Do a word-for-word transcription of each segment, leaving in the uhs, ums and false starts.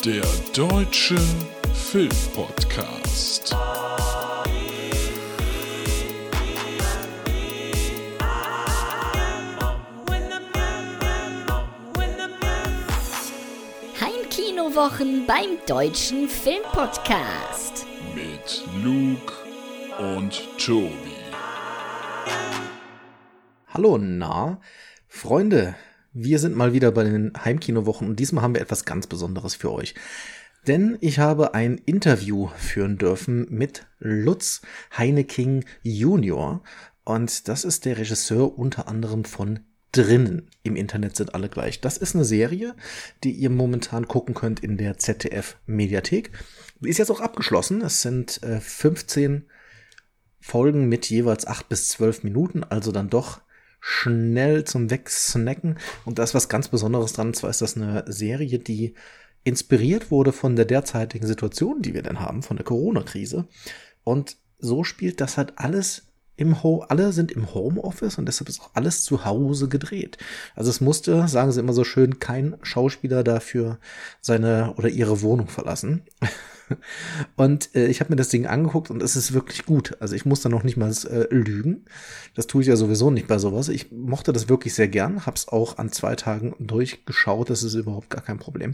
Der Deutsche Filmpodcast. Heimkinowochen beim Deutschen Filmpodcast. Mit Luke und Tobi. Hallo, na, Freunde, wir sind mal wieder bei den Heimkinowochen und diesmal haben wir etwas ganz Besonderes für euch. Denn ich habe ein Interview führen dürfen mit Lutz Heineking Junior und das ist der Regisseur unter anderem von Drinnen. Im Internet sind alle gleich. Das ist eine Serie, die ihr momentan gucken könnt in der Z D F-Mediathek. Die ist jetzt auch abgeschlossen. Es sind äh, fünfzehn Folgen mit jeweils acht bis zwölf Minuten, also dann doch schnell zum Wegsnacken. Und da ist was ganz Besonderes dran. Und zwar ist das eine Serie, die inspiriert wurde von der derzeitigen Situation, die wir denn haben, von der Corona-Krise. Und so spielt das halt alles im Ho- alle sind im Homeoffice und deshalb ist auch alles zu Hause gedreht. Also es musste, sagen sie immer so schön, kein Schauspieler dafür seine oder ihre Wohnung verlassen. Und äh, ich habe mir das Ding angeguckt und es ist wirklich gut. Also ich muss da noch nicht mal äh, lügen. Das tue ich ja sowieso nicht bei sowas. Ich mochte das wirklich sehr gern, habe es auch an zwei Tagen durchgeschaut. Das ist überhaupt gar kein Problem.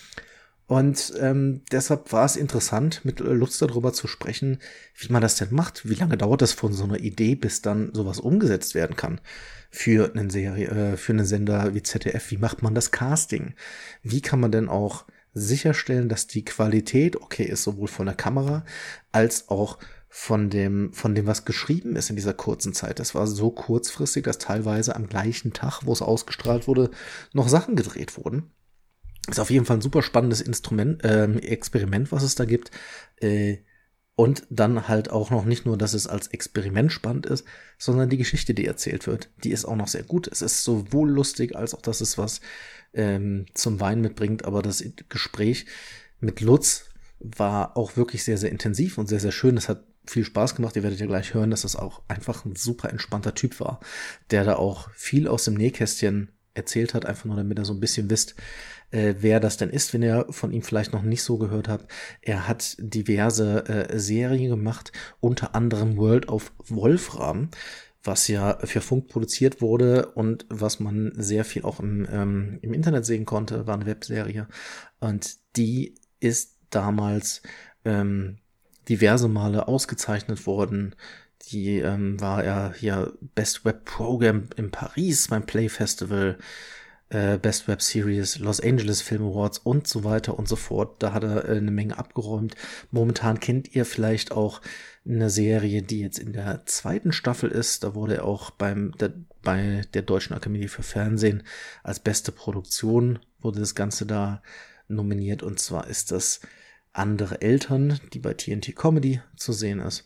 Und ähm, deshalb war es interessant, mit Lutz darüber zu sprechen, wie man das denn macht. Wie lange dauert das von so einer Idee, bis dann sowas umgesetzt werden kann für eine Serie, äh, für einen Sender wie Z D F? Wie macht man das Casting? Wie kann man denn auch sicherstellen, dass die Qualität okay ist, sowohl von der Kamera als auch von dem, von dem, was geschrieben ist in dieser kurzen Zeit. Das war so kurzfristig, dass teilweise am gleichen Tag, wo es ausgestrahlt wurde, noch Sachen gedreht wurden. Ist auf jeden Fall ein super spannendes Instrument, äh, Experiment, was es da gibt. Äh, und dann halt auch noch nicht nur, dass es als Experiment spannend ist, sondern die Geschichte, die erzählt wird, die ist auch noch sehr gut. Es ist sowohl lustig, als auch, dass es was ähm, zum Wein mitbringt. Aber das Gespräch mit Lutz war auch wirklich sehr, sehr intensiv und sehr, sehr schön. Es hat viel Spaß gemacht. Ihr werdet ja gleich hören, dass es auch einfach ein super entspannter Typ war, der da auch viel aus dem Nähkästchen erzählt hat, einfach nur damit ihr so ein bisschen wisst, äh, wer das denn ist, wenn ihr von ihm vielleicht noch nicht so gehört habt. Er hat diverse äh, Serien gemacht, unter anderem World of Wolfram, was ja für Funk produziert wurde und was man sehr viel auch im, ähm, im Internet sehen konnte, war eine Webserie. Und die ist damals ähm, diverse Male ausgezeichnet worden. Die ähm, war er hier Best Web Program in Paris beim Play Festival, äh, Best Web Series, Los Angeles Film Awards und so weiter und so fort. Da hat er äh, eine Menge abgeräumt. Momentan kennt ihr vielleicht auch eine Serie, die jetzt in der zweiten Staffel ist. Da wurde er auch beim der, bei der Deutschen Akademie für Fernsehen als beste Produktion wurde das Ganze da nominiert. Und zwar ist das Andere Eltern, die bei T N T Comedy zu sehen ist.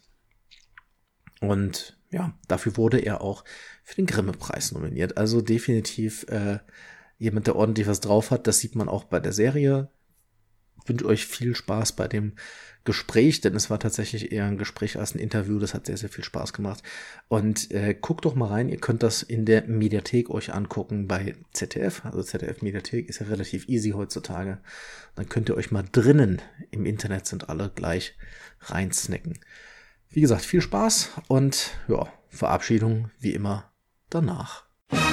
Und ja, dafür wurde er auch für den Grimme-Preis nominiert. Also definitiv äh, jemand, der ordentlich was drauf hat. Das sieht man auch bei der Serie. Ich wünsche euch viel Spaß bei dem Gespräch, denn es war tatsächlich eher ein Gespräch als ein Interview. Das hat sehr, sehr viel Spaß gemacht. Und äh, guckt doch mal rein. Ihr könnt das in der Mediathek euch angucken bei Z D F. Also Z D F-Mediathek ist ja relativ easy heutzutage. Dann könnt ihr euch mal drinnen im Internet sind alle gleich reinsnacken. Wie gesagt, viel Spaß und ja, Verabschiedung wie immer danach.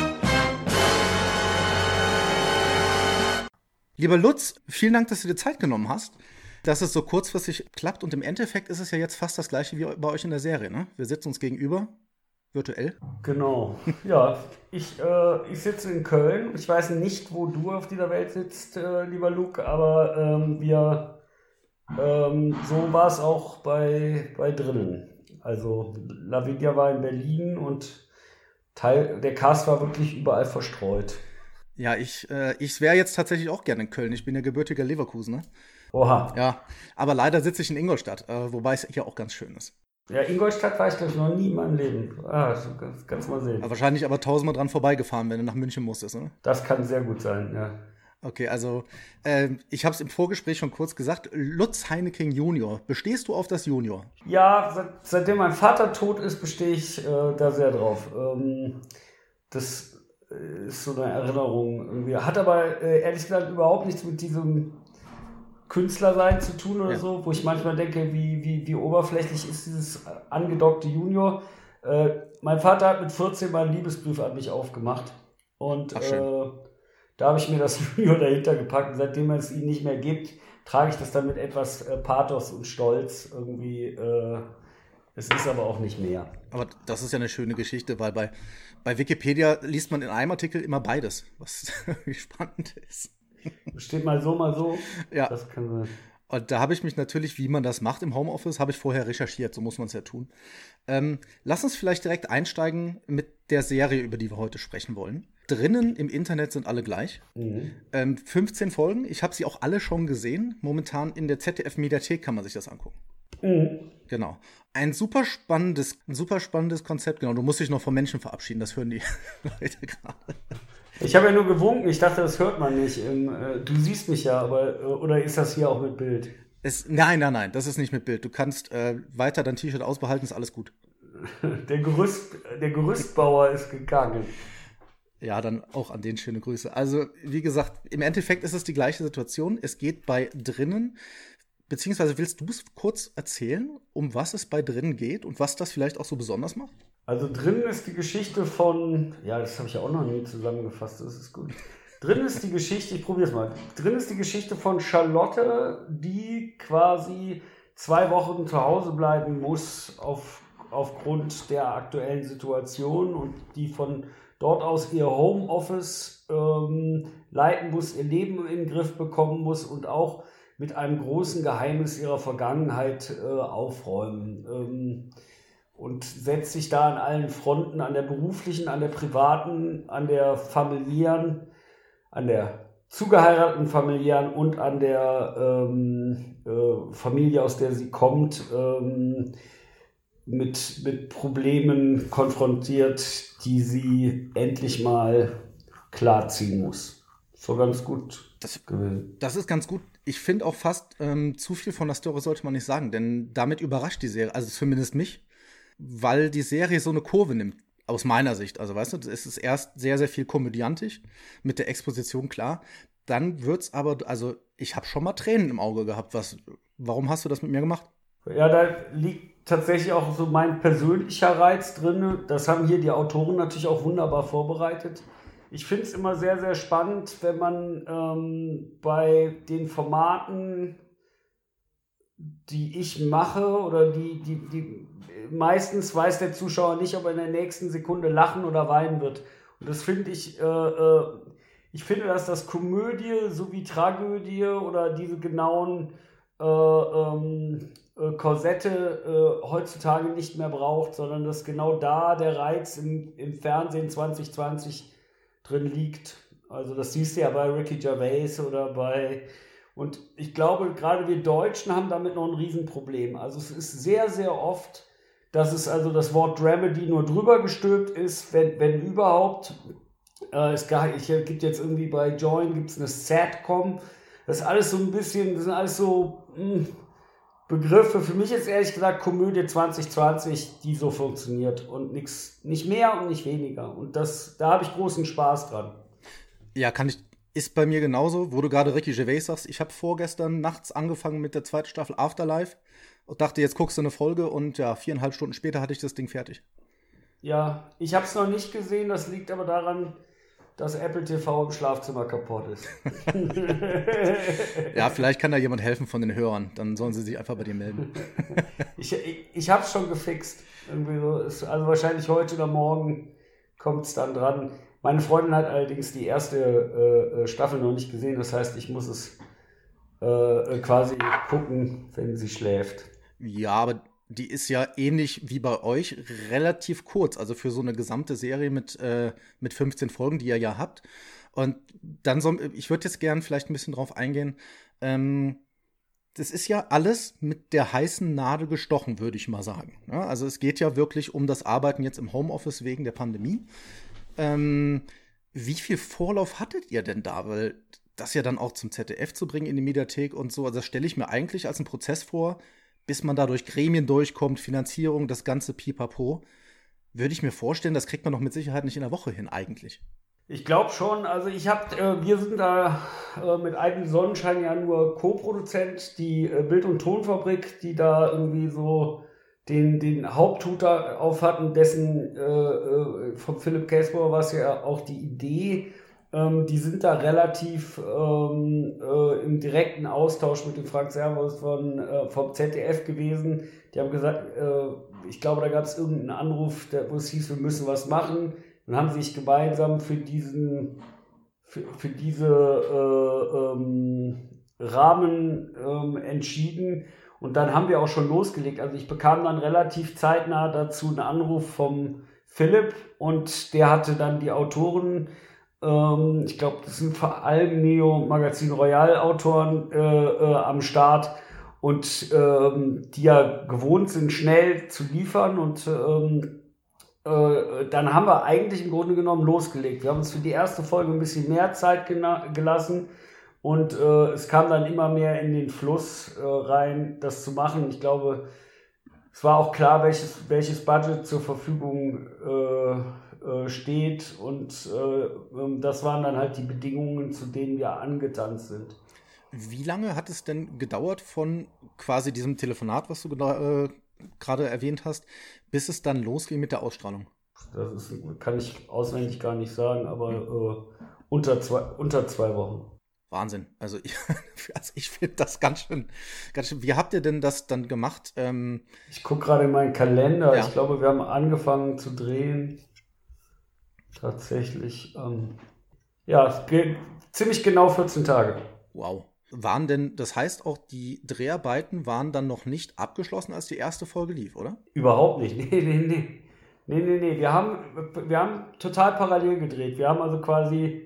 Lieber Lutz, vielen Dank, dass du dir Zeit genommen hast, dass es so kurzfristig klappt. Und im Endeffekt ist es ja jetzt fast das Gleiche wie bei euch in der Serie, ne? Wir sitzen uns gegenüber, virtuell. Genau. Ja, ich, äh, ich sitze in Köln. Ich weiß nicht, wo du auf dieser Welt sitzt, äh, lieber Luke, aber ähm, wir... Ähm, so war es auch bei, bei Drinnen. Also Lavidia war in Berlin und Teil, der Cast war wirklich überall verstreut. Ja, ich, äh, ich wäre jetzt tatsächlich auch gerne in Köln. Ich bin ja gebürtiger Leverkusener. Oha. Ja, aber leider sitze ich in Ingolstadt, äh, wobei es hier auch ganz schön ist. Ja, Ingolstadt war ich glaube ich noch nie in meinem Leben. Ah, das kannst du mal sehen. Aber wahrscheinlich aber tausendmal dran vorbeigefahren, wenn du nach München musstest, oder? Das kann sehr gut sein, ja. Okay, also äh, ich habe es im Vorgespräch schon kurz gesagt, Lutz Heineking Junior. Bestehst du auf das Junior? Ja, seit, seitdem mein Vater tot ist, bestehe ich äh, da sehr drauf. Ähm, das ist so eine Erinnerung irgendwie. Hat aber äh, ehrlich gesagt überhaupt nichts mit diesem Künstler sein zu tun oder Ja. so, wo ich manchmal denke, wie, wie, wie oberflächlich ist dieses angedockte Junior. Äh, mein Vater hat mit vierzehn mal einen Liebesbrief an mich aufgemacht. Und Ach, schön. äh, da habe ich mir das Junior dahinter gepackt. Und seitdem es ihn nicht mehr gibt, trage ich das dann mit etwas äh, Pathos und Stolz irgendwie. Äh, es ist aber auch nicht mehr. Aber das ist ja eine schöne Geschichte, weil bei, bei Wikipedia liest man in einem Artikel immer beides, was irgendwie spannend ist. Steht mal so, mal so. Ja. Das kann Und da habe ich mich natürlich, wie man das macht im Homeoffice, habe ich vorher recherchiert, so muss man es ja tun. Ähm, lass uns vielleicht direkt einsteigen mit der Serie, über die wir heute sprechen wollen. Drinnen im Internet sind alle gleich. Mhm. Ähm, fünfzehn Folgen, ich habe sie auch alle schon gesehen. Momentan in der Z D F-Mediathek kann man sich das angucken. Mhm. Genau. Ein super spannendes, ein super spannendes Konzept. Genau, du musst dich noch vom Menschen verabschieden, das hören die Leute gerade. Ich habe ja nur gewunken, ich dachte, das hört man nicht. Ähm, äh, du siehst mich ja, aber äh, oder ist das hier auch mit Bild? Es, nein, nein, nein, das ist nicht mit Bild. Du kannst äh, weiter dein T-Shirt ausbehalten, ist alles gut. Der, Gerüst, der Gerüstbauer ist gegangen. Ja, dann auch an den schöne Grüße. Also, wie gesagt, im Endeffekt ist es die gleiche Situation. Es geht bei Drinnen, beziehungsweise willst du es kurz erzählen, um was es bei Drinnen geht und was das vielleicht auch so besonders macht? Also drin ist die Geschichte von, ja, das habe ich ja auch noch nie zusammengefasst, das ist gut. Drin ist die Geschichte, ich probiere es mal. Drin ist die Geschichte von Charlotte, die quasi zwei Wochen zu Hause bleiben muss auf, aufgrund der aktuellen Situation und die von dort aus ihr Homeoffice ähm, leiten muss, ihr Leben in den Griff bekommen muss und auch mit einem großen Geheimnis ihrer Vergangenheit äh, aufräumen. Ähm, und setzt sich da an allen Fronten, an der beruflichen, an der privaten, an der familiären, an der zugeheirateten familiären und an der ähm, äh, Familie, aus der sie kommt, ähm, mit, mit Problemen konfrontiert, die sie endlich mal klarziehen muss. So ganz gut Das, gewesen. das ist ganz gut. Ich finde auch fast, ähm, zu viel von der Story sollte man nicht sagen, denn damit überrascht die Serie, also zumindest mich, weil die Serie so eine Kurve nimmt, aus meiner Sicht. Also weißt du, es ist erst sehr, sehr viel komödiantisch, mit der Exposition klar. Dann wird's aber, also ich habe schon mal Tränen im Auge gehabt. Was, warum hast du das mit mir gemacht? Ja, da liegt tatsächlich auch so mein persönlicher Reiz drin. Das haben hier die Autoren natürlich auch wunderbar vorbereitet. Ich finde es immer sehr, sehr spannend, wenn man ähm, bei den Formaten, die ich mache, oder die, die, die meistens weiß der Zuschauer nicht, ob er in der nächsten Sekunde lachen oder weinen wird. Und das finde ich, äh, äh, ich finde, dass das Komödie sowie Tragödie oder diese genauen äh, ähm, äh, Korsette äh, heutzutage nicht mehr braucht, sondern dass genau da der Reiz im, im Fernsehen zwanzig zwanzig drin liegt. Also das siehst du ja bei Ricky Gervais oder bei... Und ich glaube, gerade wir Deutschen haben damit noch ein Riesenproblem. Also es ist sehr, sehr oft, dass es also das Wort Dramedy nur drüber gestülpt ist, wenn, wenn überhaupt. Äh, es gibt jetzt irgendwie bei Join gibt's eine Satcom. Das ist alles so ein bisschen, das sind alles so mh, Begriffe. Für mich ist ehrlich gesagt Komödie zwanzig zwanzig, die so funktioniert und nix, nicht mehr und nicht weniger. Und das, da habe ich großen Spaß dran. Ja, kann ich. Ist bei mir genauso, wo du gerade Ricky Gervais sagst. Ich habe vorgestern nachts angefangen mit der zweiten Staffel Afterlife und dachte, jetzt guckst du eine Folge und ja, viereinhalb Stunden später hatte ich das Ding fertig. Ja, ich habe es noch nicht gesehen, das liegt aber daran, dass Apple T V im Schlafzimmer kaputt ist. Ja, vielleicht kann da jemand helfen von den Hörern, dann sollen sie sich einfach bei dir melden. ich ich, ich habe es schon gefixt. Irgendwie so. Ist, also wahrscheinlich heute oder morgen kommt es dann dran. Meine Freundin hat allerdings die erste äh, Staffel noch nicht gesehen, das heißt, ich muss es äh, quasi gucken, wenn sie schläft. Ja, aber die ist ja ähnlich wie bei euch relativ kurz, also für so eine gesamte Serie mit, äh, mit fünfzehn Folgen, die ihr ja habt. Und dann so, ich würde jetzt gern vielleicht ein bisschen drauf eingehen, ähm, das ist ja alles mit der heißen Nadel gestochen, würde ich mal sagen. Ja, also es geht ja wirklich um das Arbeiten jetzt im Homeoffice wegen der Pandemie. Ähm, wie viel Vorlauf hattet ihr denn da? Weil das ja dann auch zum Z D F zu bringen in die Mediathek und so, also das stelle ich mir eigentlich als einen Prozess vor, bis man da durch Gremien durchkommt, Finanzierung, das ganze Pipapo, würde ich mir vorstellen, das kriegt man doch mit Sicherheit nicht in der Woche hin eigentlich. Ich glaube schon, also ich habe, äh, wir sind da äh, mit Ivy Sonnenschein ja nur Co-Produzent, die äh, Bild- und Tonfabrik, die da irgendwie so den, den Haupthut da auf hatten, dessen äh, äh, von Philipp Käsbauer war es ja auch die Idee. Ähm, die sind da relativ ähm, äh, im direkten Austausch mit dem Frank Servus von, äh, vom Z D F gewesen. Die haben gesagt, äh, ich glaube, da gab es irgendeinen Anruf, der, wo es hieß, wir müssen was machen. Dann haben sie sich gemeinsam für diesen, für, für diese äh, ähm, Rahmen ähm, entschieden. Und dann haben wir auch schon losgelegt. Also ich bekam dann relativ zeitnah dazu einen Anruf vom Philipp und der hatte dann die Autoren, ähm, ich glaube, das sind vor allem Neo Magazin Royal Autoren äh, äh, am Start und ähm, die ja gewohnt sind, schnell zu liefern und ähm, äh, dann haben wir eigentlich im Grunde genommen losgelegt. Wir haben uns für die erste Folge ein bisschen mehr Zeit gena- gelassen. Und äh, es kam dann immer mehr in den Fluss äh, rein, das zu machen. Ich glaube, es war auch klar, welches, welches Budget zur Verfügung äh, äh, steht. Und äh, das waren dann halt die Bedingungen, zu denen wir angetanzt sind. Wie lange hat es denn gedauert von quasi diesem Telefonat, was du äh, gerade erwähnt hast, bis es dann losging mit der Ausstrahlung? Das ist, kann ich auswendig gar nicht sagen, aber äh, unter, zwei, unter zwei Wochen. Wahnsinn. Also ich, also ich finde das ganz schön, ganz schön. Wie habt ihr denn das dann gemacht? Ähm, ich gucke gerade in meinen Kalender. Ja. Ich glaube, wir haben angefangen zu drehen. Tatsächlich. Ähm, ja, es geht ziemlich genau vierzehn Tage. wow. Waren denn, das heißt auch, die Dreharbeiten waren dann noch nicht abgeschlossen, als die erste Folge lief, oder? Überhaupt nicht. Nee, nee, nee. Nee, nee, nee. Wir haben, wir haben total parallel gedreht. Wir haben also quasi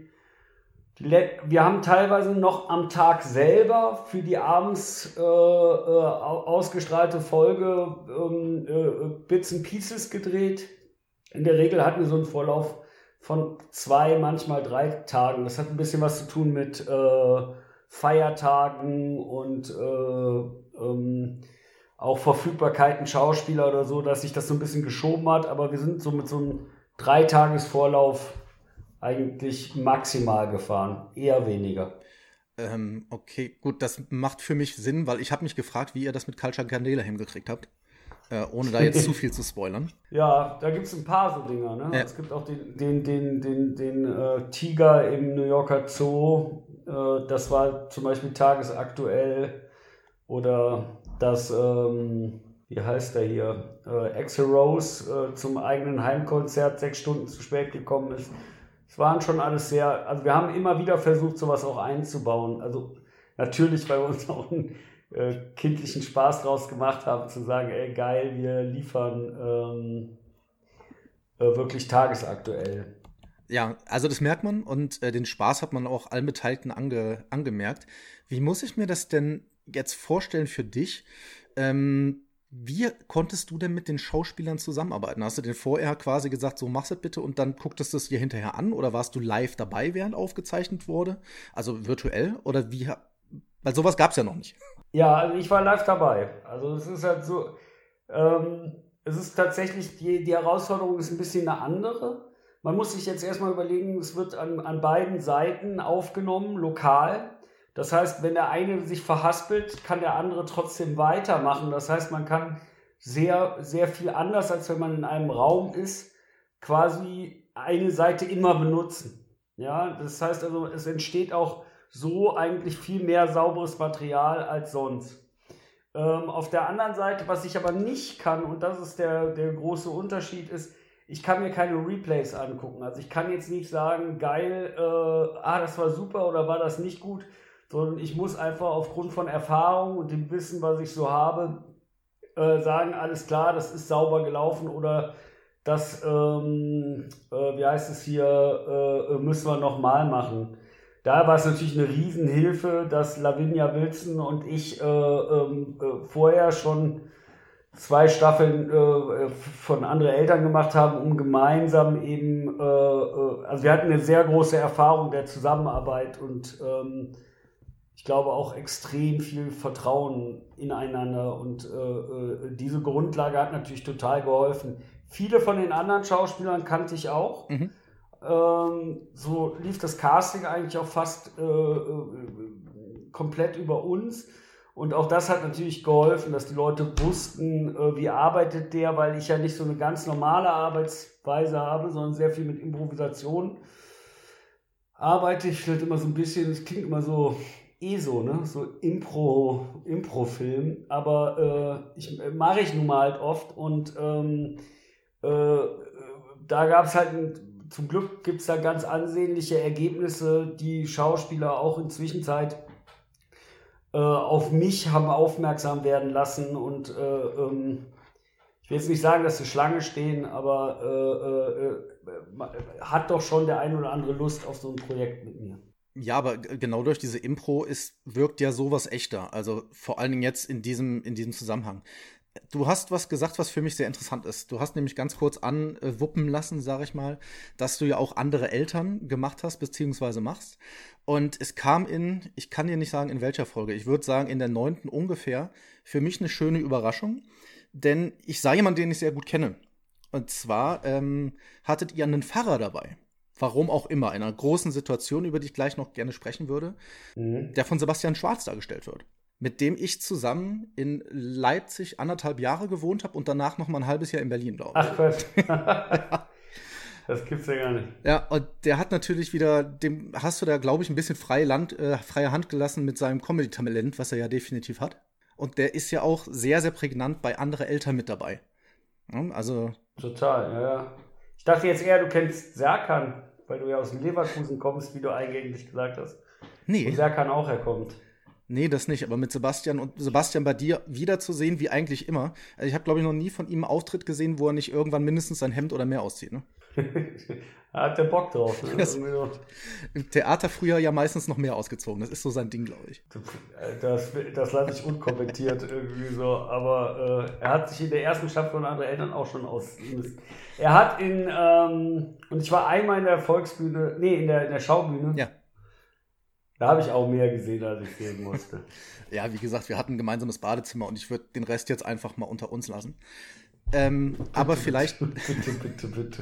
Wir haben teilweise noch am Tag selber für die abends äh, äh, ausgestrahlte Folge ähm, äh, Bits and Pieces gedreht. In der Regel hatten wir so einen Vorlauf von zwei, manchmal drei Tagen. Das hat ein bisschen was zu tun mit äh, Feiertagen und äh, ähm, auch Verfügbarkeiten Schauspieler oder so, dass sich das so ein bisschen geschoben hat. Aber wir sind so mit so einem Dreitagesvorlauf eigentlich maximal gefahren, eher weniger. Ähm, okay, gut, das macht für mich Sinn, weil ich habe mich gefragt, wie ihr das mit Culture Candela hingekriegt habt, äh, ohne da jetzt zu viel zu spoilern. Ja, da gibt es ein paar so Dinger. Ne? Ja. Es gibt auch den, den, den, den, den äh, Tiger im New Yorker Zoo. Äh, das war zum Beispiel tagesaktuell. Oder das, ähm, wie heißt der hier, äh, Axl Rose äh, zum eigenen Heimkonzert sechs Stunden zu spät gekommen ist. Es waren schon alles sehr, also wir haben immer wieder versucht, sowas auch einzubauen. Also natürlich, weil wir uns auch einen äh, kindlichen Spaß draus gemacht haben, zu sagen, ey geil, wir liefern ähm, äh, wirklich tagesaktuell. Ja, also das merkt man und äh, den Spaß hat man auch allen Beteiligten ange, angemerkt. Wie muss ich mir das denn jetzt vorstellen für dich? Ähm, Wie konntest du denn mit den Schauspielern zusammenarbeiten? Hast du denen vorher quasi gesagt, so mach's das bitte und dann gucktest du es dir hinterher an? Oder warst du live dabei, während aufgezeichnet wurde? Also virtuell? Oder wie? Weil sowas gab es ja noch nicht. Ja, also ich war live dabei. Also es ist halt so, ähm, es ist tatsächlich, die, die Herausforderung ist ein bisschen eine andere. Man muss sich jetzt erstmal überlegen, es wird an, an beiden Seiten aufgenommen, lokal. Das heißt, wenn der eine sich verhaspelt, kann der andere trotzdem weitermachen. Das heißt, man kann sehr, sehr viel anders, als wenn man in einem Raum ist, quasi eine Seite immer benutzen. Ja, das heißt also, es entsteht auch so eigentlich viel mehr sauberes Material als sonst. Ähm, auf der anderen Seite, was ich aber nicht kann, und das ist der, der große Unterschied, ist, ich kann mir keine Replays angucken. Also ich kann jetzt nicht sagen, geil, äh, ah, das war super oder war das nicht gut, sondern ich muss einfach aufgrund von Erfahrung und dem Wissen, was ich so habe, äh, sagen, alles klar, das ist sauber gelaufen oder das, ähm, äh, wie heißt es hier, äh, müssen wir nochmal machen. Da war es natürlich eine Riesenhilfe, dass Lavinia Wilson und ich äh, ähm, äh, vorher schon zwei Staffeln äh, von anderen Eltern gemacht haben, um gemeinsam eben, äh, äh, also wir hatten eine sehr große Erfahrung der Zusammenarbeit und ähm, ich glaube auch extrem viel Vertrauen ineinander und äh, diese Grundlage hat natürlich total geholfen. Viele von den anderen Schauspielern kannte ich auch. Mhm. ähm, so lief das Casting eigentlich auch fast äh, äh, komplett über uns. Und auch das hat natürlich geholfen, dass die Leute wussten, äh, wie arbeitet der, weil ich ja nicht so eine ganz normale Arbeitsweise habe, sondern sehr viel mit Improvisation arbeite. Ich vielleicht immer so ein bisschen, es klingt immer so eh so, ne, so Impro, Impro-Film, aber äh, ich, mache ich nun mal halt oft und ähm, äh, da gab es halt, ein, zum Glück gibt es da ganz ansehnliche Ergebnisse, die Schauspieler auch in Zwischenzeit äh, auf mich haben aufmerksam werden lassen und äh, ähm, ich will jetzt nicht sagen, dass sie Schlange stehen, aber äh, äh, hat doch schon der ein oder andere Lust auf so ein Projekt mit mir. Ja, aber genau durch diese Impro ist, wirkt ja sowas echter. Also vor allen Dingen jetzt in diesem, in diesem Zusammenhang. Du hast was gesagt, was für mich sehr interessant ist. Du hast nämlich ganz kurz anwuppen lassen, sage ich mal, dass du ja auch andere Eltern gemacht hast, beziehungsweise machst. Und es kam in, ich kann dir nicht sagen, in welcher Folge, ich würde sagen in der neunten ungefähr, für mich eine schöne Überraschung. Denn ich sah jemanden, den ich sehr gut kenne. Und zwar ähm, hattet ihr einen Pfarrer dabei. Warum auch immer, in einer großen Situation, über die ich gleich noch gerne sprechen würde, mhm. der von Sebastian Schwarz dargestellt wird. Mit dem ich zusammen in Leipzig anderthalb Jahre gewohnt habe und danach noch mal ein halbes Jahr in Berlin, glaube ich. Ach Quatsch. Das gibt's ja gar nicht. Ja, und der hat natürlich wieder, dem hast du da, glaube ich, ein bisschen freie, Land, äh, freie Hand gelassen mit seinem Comedy-Talent, was er ja definitiv hat. Und der ist ja auch sehr, sehr prägnant bei anderen Eltern mit dabei. Ja, also total, ja, ja. Ich dachte jetzt eher, du kennst Serkan, weil du ja aus Leverkusen kommst, wie du eingänglich gesagt hast. Nee. Und Serkan auch herkommt. Nee, das nicht, aber mit Sebastian und Sebastian bei dir wiederzusehen, wie eigentlich immer. Also ich habe, glaube ich, noch nie von ihm einen Auftritt gesehen, wo er nicht irgendwann mindestens sein Hemd oder mehr auszieht, ne? Hat der Bock drauf, ne? Das, im Theater früher ja meistens noch mehr ausgezogen. Das ist so sein Ding, glaube ich. Das, das lasse ich unkommentiert irgendwie so. Aber äh, er hat sich in der ersten Staffel von Andere Eltern auch schon aus. Er hat in, ähm, und ich war einmal in der Volksbühne, nee, in der, in der Schaubühne. Ja. Da habe ich auch mehr gesehen, als ich sehen musste. Ja, wie gesagt, wir hatten ein gemeinsames Badezimmer und ich würde den Rest jetzt einfach mal unter uns lassen. Ähm, aber vielleicht. Bitte, bitte, bitte.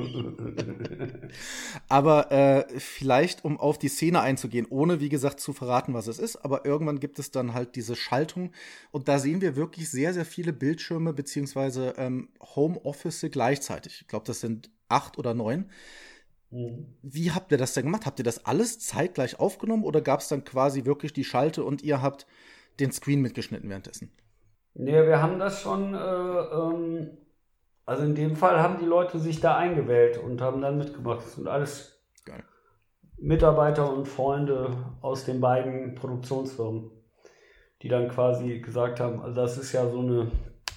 aber äh, vielleicht, um auf die Szene einzugehen, ohne wie gesagt zu verraten, was es ist, aber irgendwann gibt es dann halt diese Schaltung und da sehen wir wirklich sehr, sehr viele Bildschirme beziehungsweise ähm, Homeoffice gleichzeitig. Ich glaube, das sind acht oder neun. Mhm. Wie habt ihr das denn gemacht? Habt ihr das alles zeitgleich aufgenommen oder gab es dann quasi wirklich die Schalte und ihr habt den Screen mitgeschnitten währenddessen? Nee, wir haben das schon, äh, ähm, also in dem Fall haben die Leute sich da eingewählt und haben dann mitgemacht. Das sind alles geil. Mitarbeiter und Freunde aus den beiden Produktionsfirmen, die dann quasi gesagt haben, also das ist ja so eine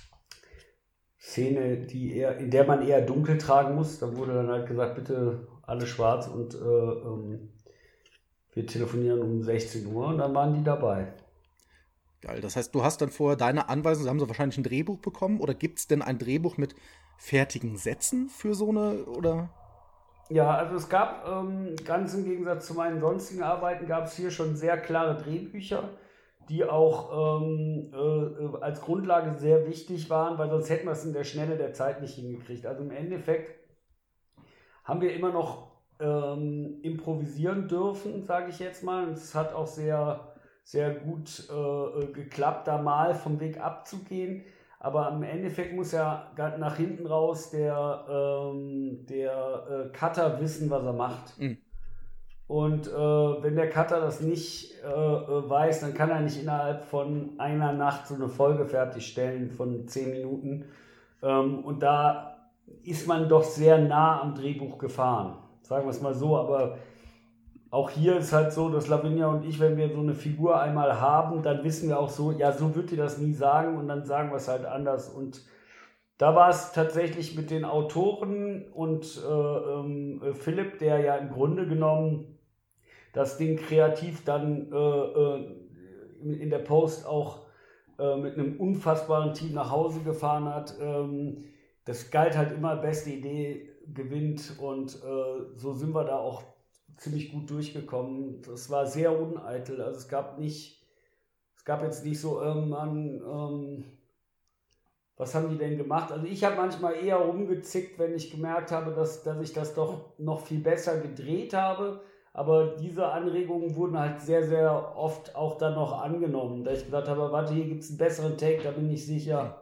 Szene, die eher, in der man eher dunkel tragen muss. Da wurde dann halt gesagt, bitte alles schwarz und äh, ähm, wir telefonieren um sechzehn Uhr und dann waren die dabei. Geil, das heißt, du hast dann vorher deine Anweisung, haben sie wahrscheinlich ein Drehbuch bekommen oder gibt es denn ein Drehbuch mit fertigen Sätzen für so eine, oder? Ja, also es gab, ähm, ganz im Gegensatz zu meinen sonstigen Arbeiten, gab es hier schon sehr klare Drehbücher, die auch ähm, äh, als Grundlage sehr wichtig waren, weil sonst hätten wir es in der Schnelle der Zeit nicht hingekriegt. Also im Endeffekt haben wir immer noch ähm, improvisieren dürfen, sage ich jetzt mal. Und es hat auch sehr... sehr gut äh, geklappt, da mal vom Weg abzugehen. Aber im Endeffekt muss ja nach hinten raus der, ähm, der äh, Cutter wissen, was er macht. Mhm. Und äh, wenn der Cutter das nicht äh, weiß, dann kann er nicht innerhalb von einer Nacht so eine Folge fertigstellen von zehn Minuten. Ähm, und da ist man doch sehr nah am Drehbuch gefahren. Sagen wir es mal so, aber auch hier ist halt so, dass Lavinia und ich, wenn wir so eine Figur einmal haben, dann wissen wir auch so, ja, so wird die das nie sagen und dann sagen wir es halt anders. Und da war es tatsächlich mit den Autoren und äh, äh, Philipp, der ja im Grunde genommen das Ding kreativ dann äh, äh, in der Post auch äh, mit einem unfassbaren Team nach Hause gefahren hat. Ähm, das galt halt immer, beste Idee gewinnt und äh, so sind wir da auch ziemlich gut durchgekommen. Das war sehr uneitel. Also es gab nicht, es gab jetzt nicht so irgendwann, ähm, was haben die denn gemacht? Also ich habe manchmal eher rumgezickt, wenn ich gemerkt habe, dass, dass ich das doch noch viel besser gedreht habe. Aber diese Anregungen wurden halt sehr, sehr oft auch dann noch angenommen. Da ich gesagt habe, warte, hier gibt es einen besseren Take, da bin ich sicher.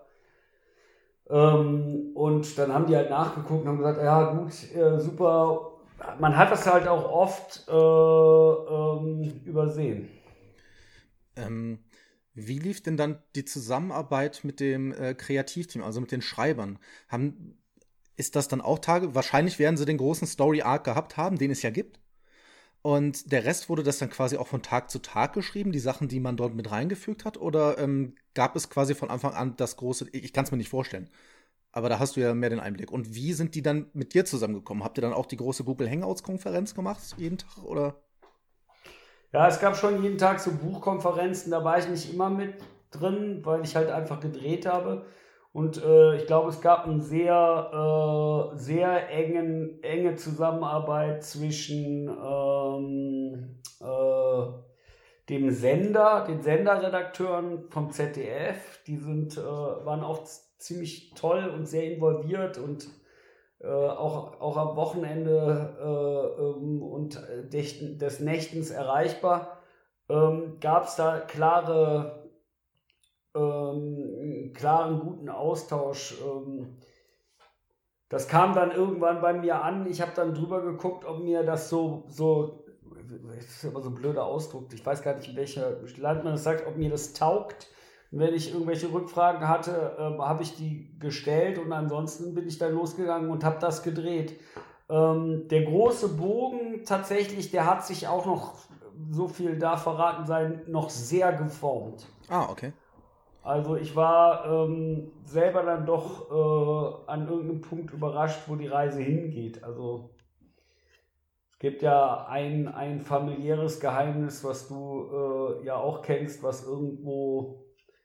Ähm, und dann haben die halt nachgeguckt und haben gesagt, ja gut, äh, super. Man hat das halt auch oft äh, ähm, übersehen. Ähm, wie lief denn dann die Zusammenarbeit mit dem äh, Kreativteam, also mit den Schreibern? Haben, ist das dann auch Tage? Wahrscheinlich werden sie den großen Story-Arc gehabt haben, den es ja gibt. Und der Rest wurde das dann quasi auch von Tag zu Tag geschrieben, die Sachen, die man dort mit reingefügt hat? Oder ähm, gab es quasi von Anfang an das große, ich kann es mir nicht vorstellen, aber da hast du ja mehr den Einblick. Und wie sind die dann mit dir zusammengekommen? Habt ihr dann auch die große Google Hangouts-Konferenz gemacht, jeden Tag, oder? Ja, es gab schon jeden Tag so Buchkonferenzen, da war ich nicht immer mit drin, weil ich halt einfach gedreht habe. Und äh, ich glaube, es gab eine sehr, äh, sehr engen, enge Zusammenarbeit zwischen ähm, äh, dem Sender, den Senderredakteuren vom Z D F. Die sind, äh, waren auch z- ziemlich toll und sehr involviert und äh, auch, auch am Wochenende äh, ähm, und des, des Nächtens erreichbar. Ähm, gab es da klare Ähm, klaren, guten Austausch. Ähm, das kam dann irgendwann bei mir an. Ich habe dann drüber geguckt, ob mir das so, so, das ist immer so ein blöder Ausdruck, ich weiß gar nicht, in welcher Land man das sagt, ob mir das taugt. Und wenn ich irgendwelche Rückfragen hatte, ähm, habe ich die gestellt und ansonsten bin ich dann losgegangen und habe das gedreht. Ähm, der große Bogen tatsächlich, der hat sich auch noch, so viel darf verraten sein, noch sehr geformt. Ah, okay. Also ich war ähm, selber dann doch äh, an irgendeinem Punkt überrascht, wo die Reise hingeht. Also es gibt ja ein, ein familiäres Geheimnis, was du äh, ja auch kennst, was irgendwo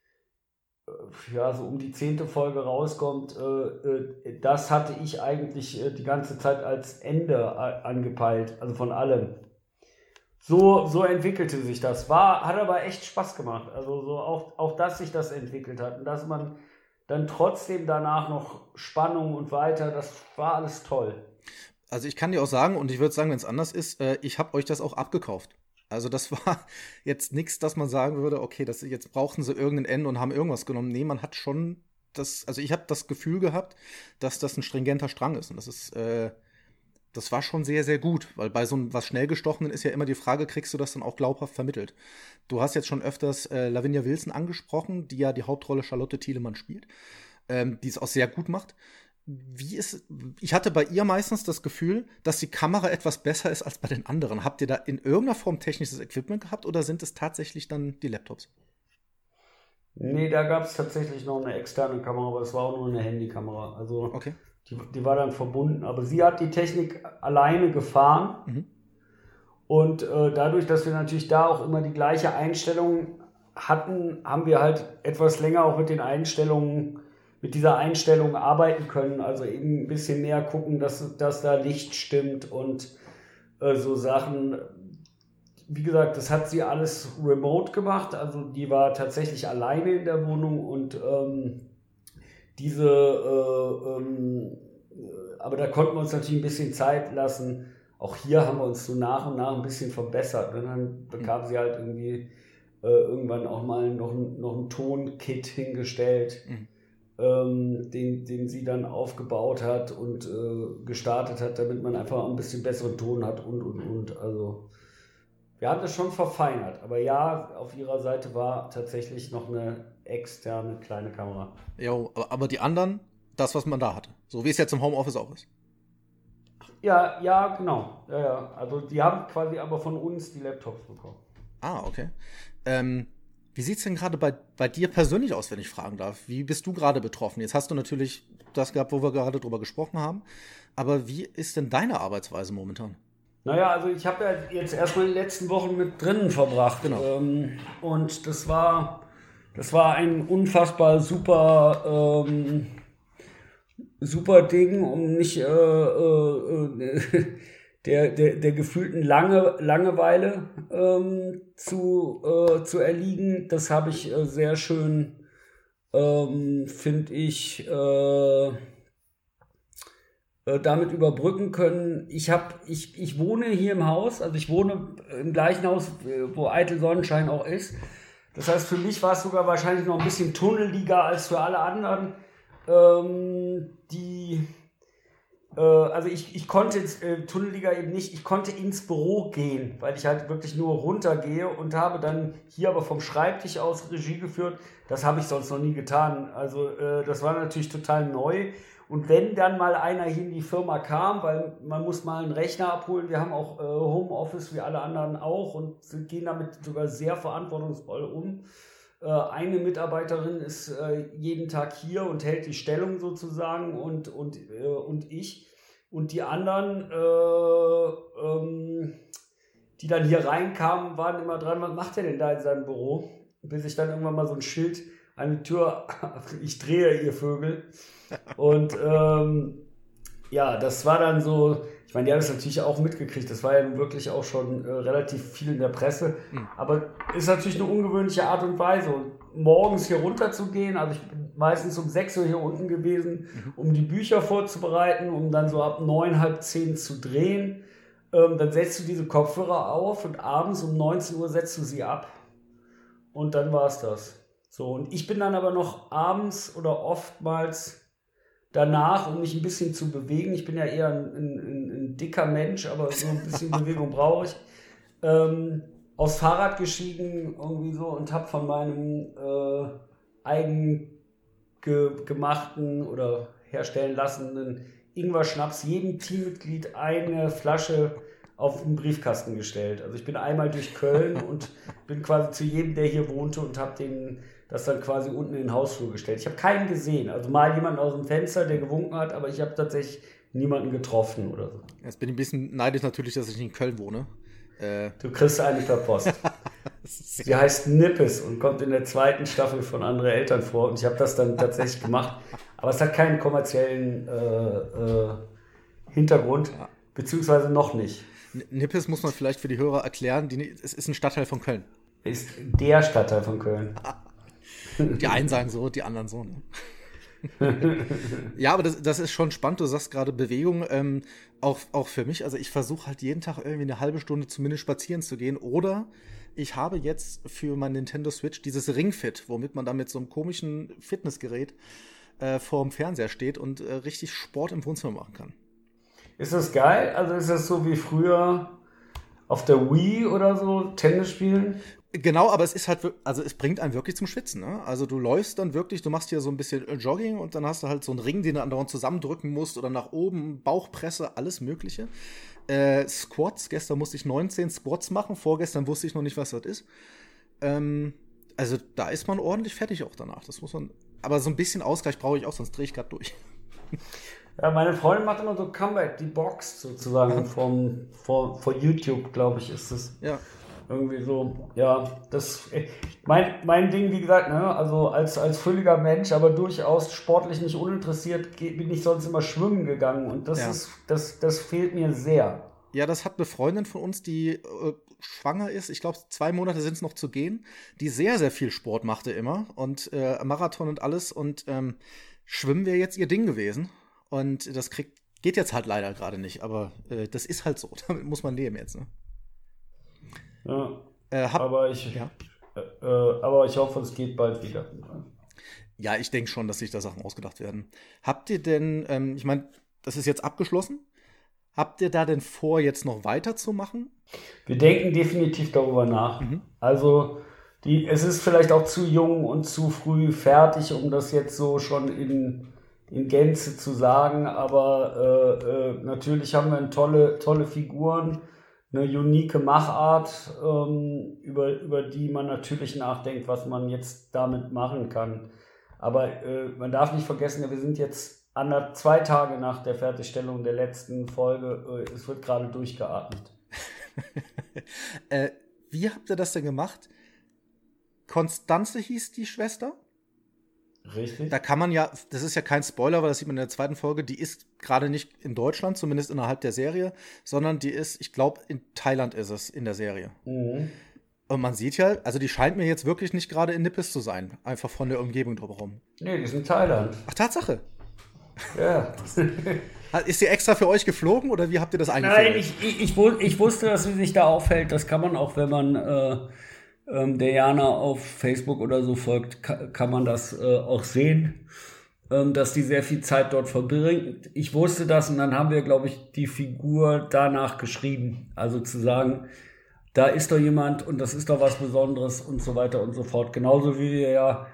äh, ja so um die zehnte Folge rauskommt. Äh, äh, das hatte ich eigentlich äh, die ganze Zeit als Ende äh, angepeilt, also von allem. So, so entwickelte sich das. War, hat aber echt Spaß gemacht. Also so auch, auch, dass sich das entwickelt hat und dass man dann trotzdem danach noch Spannung und weiter, das war alles toll. Also ich kann dir auch sagen, und ich würde sagen, wenn es anders ist, äh, ich habe euch das auch abgekauft. Also das war jetzt nichts, dass man sagen würde, okay, das, jetzt brauchten sie irgendein Ende und haben irgendwas genommen. Nee, man hat schon das, also ich habe das Gefühl gehabt, dass das ein stringenter Strang ist. Und das ist, äh, das war schon sehr, sehr gut, weil bei so was schnell gestochenen ist ja immer die Frage, kriegst du das dann auch glaubhaft vermittelt? Du hast jetzt schon öfters äh, Lavinia Wilson angesprochen, die ja die Hauptrolle Charlotte Thielemann spielt, ähm, die es auch sehr gut macht. Wie ist, ich hatte bei ihr meistens das Gefühl, dass die Kamera etwas besser ist als bei den anderen. Habt ihr da in irgendeiner Form technisches Equipment gehabt oder sind es tatsächlich dann die Laptops? Nee, da gab es tatsächlich noch eine externe Kamera, aber es war auch nur eine Handykamera. Also Okay. Die, die war dann verbunden, aber sie hat die Technik alleine gefahren. Mhm. Und äh, dadurch, dass wir natürlich da auch immer die gleiche Einstellung hatten, haben wir halt etwas länger auch mit den Einstellungen, mit dieser Einstellung arbeiten können. Also eben ein bisschen mehr gucken, dass, dass da Licht stimmt und äh, so Sachen. Wie gesagt, das hat sie alles remote gemacht. Also die war tatsächlich alleine in der Wohnung und ähm, Diese, äh, ähm, aber da konnten wir uns natürlich ein bisschen Zeit lassen. Auch hier haben wir uns so nach und nach ein bisschen verbessert. Und dann bekam sie halt irgendwie äh, irgendwann auch mal noch, noch ein Tonkit hingestellt, mhm. ähm, den, den sie dann aufgebaut hat und äh, gestartet hat, damit man einfach ein bisschen besseren Ton hat und, und, und. Also wir haben das schon verfeinert. Aber ja, auf ihrer Seite war tatsächlich noch eine externe kleine Kamera. Jo, aber die anderen, das, was man da hatte. So wie es jetzt im Homeoffice auch ist. Ja, ja, genau. Ja, ja. Also die haben quasi aber von uns die Laptops bekommen. Ah, okay. Ähm, wie sieht es denn gerade bei, bei dir persönlich aus, wenn ich fragen darf? Wie bist du gerade betroffen? Jetzt hast du natürlich das gehabt, wo wir gerade drüber gesprochen haben. Aber wie ist denn deine Arbeitsweise momentan? Naja, also ich habe ja jetzt erstmal die letzten Wochen mit drinnen verbracht. Genau. Ähm, und das war... Das war ein unfassbar super, ähm, super Ding, um nicht äh, äh, der, der, der gefühlten Lange, Langeweile ähm, zu, äh, zu erliegen. Das habe ich äh, sehr schön ähm, finde ich, äh, äh, damit überbrücken können. Ich habe, ich, ich wohne hier im Haus, also ich wohne im gleichen Haus, äh, wo Eitel Sonnenschein auch ist. Das heißt, für mich war es sogar wahrscheinlich noch ein bisschen tunneliger als für alle anderen, ähm, die, äh, also ich, ich konnte äh, tunneliger eben nicht, ich konnte ins Büro gehen, weil ich halt wirklich nur runtergehe und habe dann hier aber vom Schreibtisch aus Regie geführt. Das habe ich sonst noch nie getan. Also äh, das war natürlich total neu. Und wenn dann mal einer hier in die Firma kam, weil man muss mal einen Rechner abholen, wir haben auch äh, Homeoffice wie alle anderen auch und gehen damit sogar sehr verantwortungsvoll um. Äh, eine Mitarbeiterin ist äh, jeden Tag hier und hält die Stellung sozusagen und, und, äh, und ich. Und die anderen, äh, ähm, die dann hier reinkamen, waren immer dran, was macht er denn da in seinem Büro? Bis ich dann irgendwann mal so ein Schild an die Tür, ich drehe, ihr Vögel. Und ähm, ja, das war dann so, ich meine, die haben es natürlich auch mitgekriegt, das war ja nun wirklich auch schon äh, relativ viel in der Presse, mhm. aber ist natürlich eine ungewöhnliche Art und Weise. Und morgens hier runter zu gehen, also ich bin meistens um sechs Uhr hier unten gewesen, mhm. um die Bücher vorzubereiten, um dann so ab neun, halb zehn zu drehen. Ähm, dann setzt du diese Kopfhörer auf und abends um neunzehn Uhr setzt du sie ab. Und dann war es das. So, und ich bin dann aber noch abends oder oftmals danach, um mich ein bisschen zu bewegen, ich bin ja eher ein, ein, ein dicker Mensch, aber so ein bisschen Bewegung brauche ich, ähm, aufs Fahrrad gestiegen irgendwie so und habe von meinem äh, eigen ge- gemachten oder herstellen lassenen Ingwer-Schnaps jedem Teammitglied eine Flasche auf den Briefkasten gestellt. Also ich bin einmal durch Köln und bin quasi zu jedem, der hier wohnte und habe den das dann quasi unten in den Hausflur gestellt. Ich habe keinen gesehen. Also mal jemanden aus dem Fenster, der gewunken hat, aber ich habe tatsächlich niemanden getroffen oder so. Jetzt bin ich ein bisschen neidisch natürlich, dass ich nicht in Köln wohne. Äh. Du kriegst eine per Post. Sie heißt Nippes und kommt in der zweiten Staffel von Andere Eltern vor. Und ich habe das dann tatsächlich gemacht. Aber es hat keinen kommerziellen äh, äh, Hintergrund, ja. Beziehungsweise noch nicht. Nippes muss man vielleicht für die Hörer erklären. Die, es ist ein Stadtteil von Köln. Ist der Stadtteil von Köln. Die einen sagen so, die anderen so. Ne? Ja, aber das, das ist schon spannend. Du sagst gerade Bewegung, ähm, auch, auch für mich. Also ich versuche halt jeden Tag irgendwie eine halbe Stunde zumindest spazieren zu gehen. Oder ich habe jetzt für mein Nintendo Switch dieses Ring Fit, womit man da mit so einem komischen Fitnessgerät äh, vor dem Fernseher steht und äh, richtig Sport im Wohnzimmer machen kann. Ist das geil? Also ist das so wie früher auf der Wii oder so, Tennis spielen? Genau, aber es ist halt, also es bringt einen wirklich zum Schwitzen, ne? Also du läufst dann wirklich, du machst hier so ein bisschen Jogging und dann hast du halt so einen Ring, den du andauernd zusammendrücken musst oder nach oben, Bauchpresse, alles Mögliche. Äh, Squats, gestern musste ich neunzehn Squats machen, vorgestern wusste ich noch nicht, was das ist. Ähm, also da ist man ordentlich fertig auch danach, das muss man, aber so ein bisschen Ausgleich brauche ich auch, sonst drehe ich gerade durch. Ja, meine Freundin macht immer so Comeback, die Box sozusagen vom, vor, vor YouTube, glaube ich, ist es. Ja. Irgendwie so, ja, das, mein, mein Ding, wie gesagt, ne, also als, als völliger Mensch, aber durchaus sportlich nicht uninteressiert, bin ich sonst immer schwimmen gegangen und das ja. ist, das, das fehlt mir sehr. Ja, das hat eine Freundin von uns, die äh, schwanger ist, ich glaube, zwei Monate sind es noch zu gehen, die sehr, sehr viel Sport machte immer und äh, Marathon und alles und ähm, Schwimmen wäre jetzt ihr Ding gewesen und das kriegt, geht jetzt halt leider gerade nicht, aber äh, das ist halt so, damit muss man leben jetzt, ne? Ja, äh, hab, aber, ich, ja. äh, aber ich hoffe, es geht bald wieder. Ja, ich denke schon, dass sich da Sachen ausgedacht werden. Habt ihr denn, ähm, ich meine, das ist jetzt abgeschlossen, habt ihr da denn vor, jetzt noch weiterzumachen? Wir denken definitiv darüber nach. Mhm. Also die, es ist vielleicht auch zu jung und zu früh fertig, um das jetzt so schon in, in Gänze zu sagen, aber äh, äh, natürlich haben wir tolle, tolle Figuren, eine unique Machart, ähm, über, über die man natürlich nachdenkt, was man jetzt damit machen kann. Aber äh, man darf nicht vergessen, wir sind jetzt an der, zwei Tage nach der Fertigstellung der letzten Folge. Äh, es wird gerade durchgeatmet. äh, wie habt ihr das denn gemacht? Konstanze hieß die Schwester? Richtig. Da kann man ja, das ist ja kein Spoiler, weil das sieht man in der zweiten Folge, die ist gerade nicht in Deutschland, zumindest innerhalb der Serie, sondern die ist, ich glaube, in Thailand ist es in der Serie. Mhm. Und man sieht ja, also die scheint mir jetzt wirklich nicht gerade in Nippes zu sein. Einfach von der Umgebung drumherum. Nee, die ist in Thailand. Ach, Tatsache. Ja. Ist sie extra für euch geflogen oder wie habt ihr das eingeführt? Nein, ich, ich, ich, ich wusste, dass sie sich da aufhält. Das kann man auch, wenn man äh, ähm, der Jana auf Facebook oder so folgt, kann, kann man das äh, auch sehen, ähm, dass die sehr viel Zeit dort verbringt. Ich wusste das und dann haben wir, glaube ich, die Figur danach geschrieben. Also zu sagen, da ist doch jemand und das ist doch was Besonderes und so weiter und so fort. Genauso wie wir ja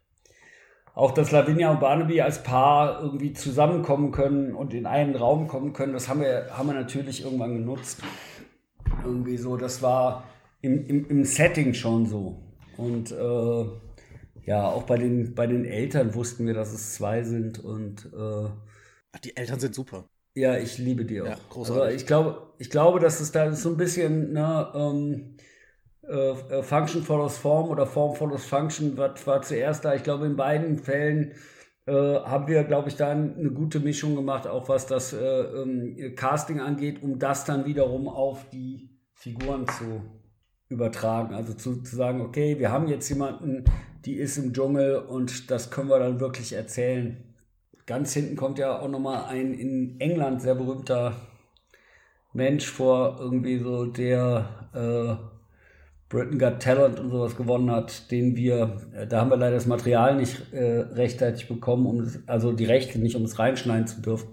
auch, dass Lavinia und Barnaby als Paar irgendwie zusammenkommen können und in einen Raum kommen können, das haben wir, haben wir natürlich irgendwann genutzt. Irgendwie so, das war im, im, im Setting schon so. Und äh, ja, auch bei den, bei den Eltern wussten wir, dass es zwei sind und äh, Ach, die Eltern sind super. Ja, ich liebe die auch. Ja, großartig. Aber ich glaube, ich glaube, dass es da so ein bisschen ne, ähm, äh, Function follows Form oder Form follows Function war, war zuerst da. Ich glaube, in beiden Fällen äh, haben wir, glaube ich, da eine gute Mischung gemacht, auch was das äh, ähm, Casting angeht, um das dann wiederum auf die Figuren zu übertragen. Also zu, zu sagen, okay, wir haben jetzt jemanden, die ist im Dschungel und das können wir dann wirklich erzählen. Ganz hinten kommt ja auch nochmal ein in England sehr berühmter Mensch vor, irgendwie so, der äh, Britain Got Talent und sowas gewonnen hat, den wir, äh, da haben wir leider das Material nicht äh, rechtzeitig bekommen, um das, also die Rechte nicht, um es reinschneiden zu dürfen.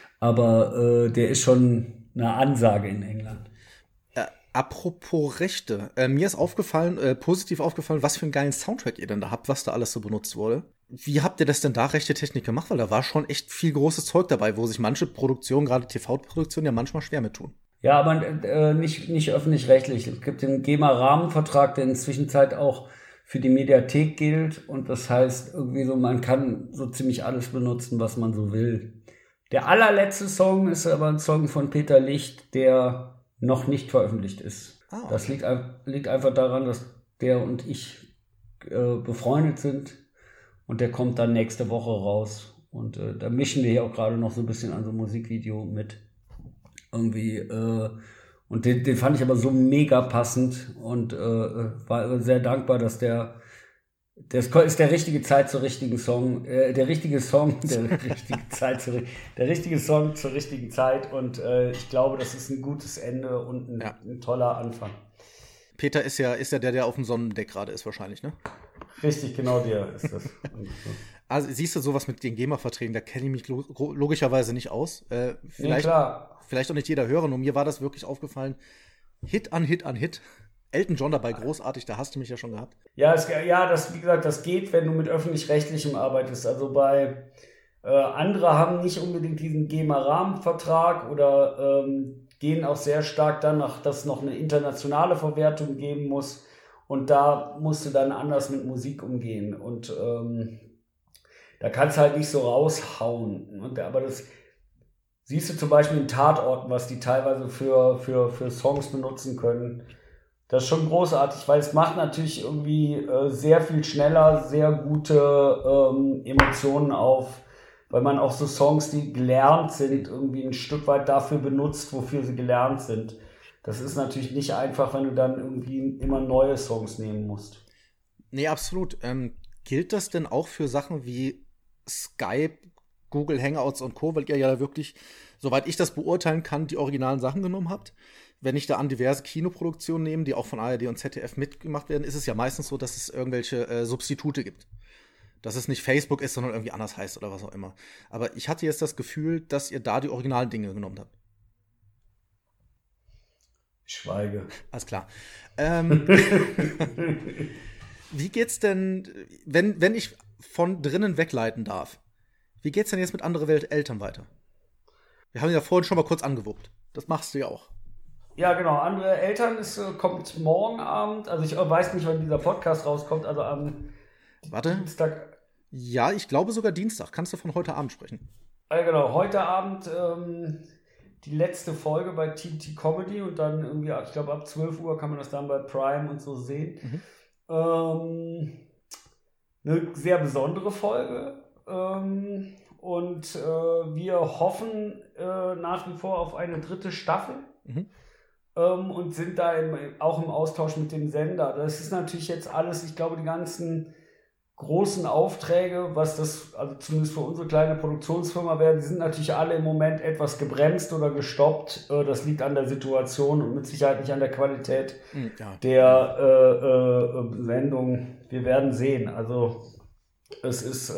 Aber äh, der ist schon eine Ansage in England. Äh, apropos Rechte, äh, mir ist aufgefallen, äh, positiv aufgefallen, was für einen geilen Soundtrack ihr denn da habt, was da alles so benutzt wurde. Wie habt ihr das denn da, rechte Technik, gemacht? Weil da war schon echt viel großes Zeug dabei, wo sich manche Produktionen, gerade T V-Produktionen, ja manchmal schwer mit tun. Ja, aber äh, nicht, nicht öffentlich-rechtlich. Es gibt den GEMA-Rahmenvertrag, der in der Zwischenzeit auch für die Mediathek gilt. Und das heißt, irgendwie so, man kann so ziemlich alles benutzen, was man so will. Der allerletzte Song ist aber ein Song von Peter Licht, der noch nicht veröffentlicht ist. Ah, okay. Das liegt, liegt einfach daran, dass der und ich äh, befreundet sind. Und der kommt dann nächste Woche raus. Und äh, da mischen wir hier auch gerade noch so ein bisschen an so einem Musikvideo mit. Irgendwie. Äh, und den, den fand ich aber so mega passend. Und äh, war sehr dankbar, dass der. Das ist der richtige Zeit zur richtigen Song. Äh, der richtige Song, der richtige Zeit zur, der richtige Song zur richtigen Zeit. Und äh, ich glaube, das ist ein gutes Ende und ein, ja. ein toller Anfang. Peter ist ja, ist ja der, der auf dem Sonnendeck gerade ist, wahrscheinlich, ne? Richtig, genau der ist das. Also siehst du, sowas mit den GEMA-Verträgen, da kenne ich mich log- logischerweise nicht aus. Äh, vielleicht, nee, klar. vielleicht auch nicht jeder Hörer, nur mir war das wirklich aufgefallen. Hit an Hit an Hit. Elton John dabei, großartig, da hast du mich ja schon gehabt. Ja, es, ja das, wie gesagt, das geht, wenn du mit Öffentlich-Rechtlichem arbeitest. Also bei äh, andere haben nicht unbedingt diesen GEMA-Rahmenvertrag oder ähm, gehen auch sehr stark danach, dass es noch eine internationale Verwertung geben muss. Und da musst du dann anders mit Musik umgehen. Und ähm, da kannst du halt nicht so raushauen. Und, aber das siehst du zum Beispiel in Tatorten, was die teilweise für, für, für Songs benutzen können. Das ist schon großartig, weil es macht natürlich irgendwie äh, sehr viel schneller, sehr gute ähm, Emotionen auf. Weil man auch so Songs, die gelernt sind, irgendwie ein Stück weit dafür benutzt, wofür sie gelernt sind. Das ist natürlich nicht einfach, wenn du dann irgendwie immer neue Songs nehmen musst. Nee, absolut. Ähm, gilt das denn auch für Sachen wie Skype, Google Hangouts und Co., weil ihr ja wirklich, soweit ich das beurteilen kann, die originalen Sachen genommen habt? Wenn ich da an diverse Kinoproduktionen nehme, die auch von A R D und Z D F mitgemacht werden, ist es ja meistens so, dass es irgendwelche äh, Substitute gibt. Dass es nicht Facebook ist, sondern irgendwie anders heißt oder was auch immer. Aber ich hatte jetzt das Gefühl, dass ihr da die originalen Dinge genommen habt. Ich schweige. Alles klar. Ähm, wie geht's denn, wenn, wenn ich von drinnen wegleiten darf, wie geht's denn jetzt mit andere Welt Eltern weiter? Wir haben ja vorhin schon mal kurz angewuppt. Das machst du ja auch. Ja, genau. Andere Eltern ist, kommt morgen Abend. Also ich weiß nicht, wann dieser Podcast rauskommt. Also am Warte. Dienstag. Ja, ich glaube sogar Dienstag. Kannst du von heute Abend sprechen? Ja, genau. Heute Abend ähm, die letzte Folge bei T N T Comedy und dann irgendwie, ich glaube, ab zwölf Uhr kann man das dann bei Prime und so sehen. Mhm. Ähm, eine sehr besondere Folge. Ähm, und äh, wir hoffen äh, nach wie vor auf eine dritte Staffel. Mhm. ähm, und sind da im, auch im Austausch mit dem Sender. Das ist natürlich jetzt alles, ich glaube, die ganzen großen Aufträge, was das, also zumindest für unsere kleine Produktionsfirma wäre, die sind natürlich alle im Moment etwas gebremst oder gestoppt. Das liegt an der Situation und mit Sicherheit nicht an der Qualität ja. der äh, äh, Sendung. Wir werden sehen. Also es ist, äh,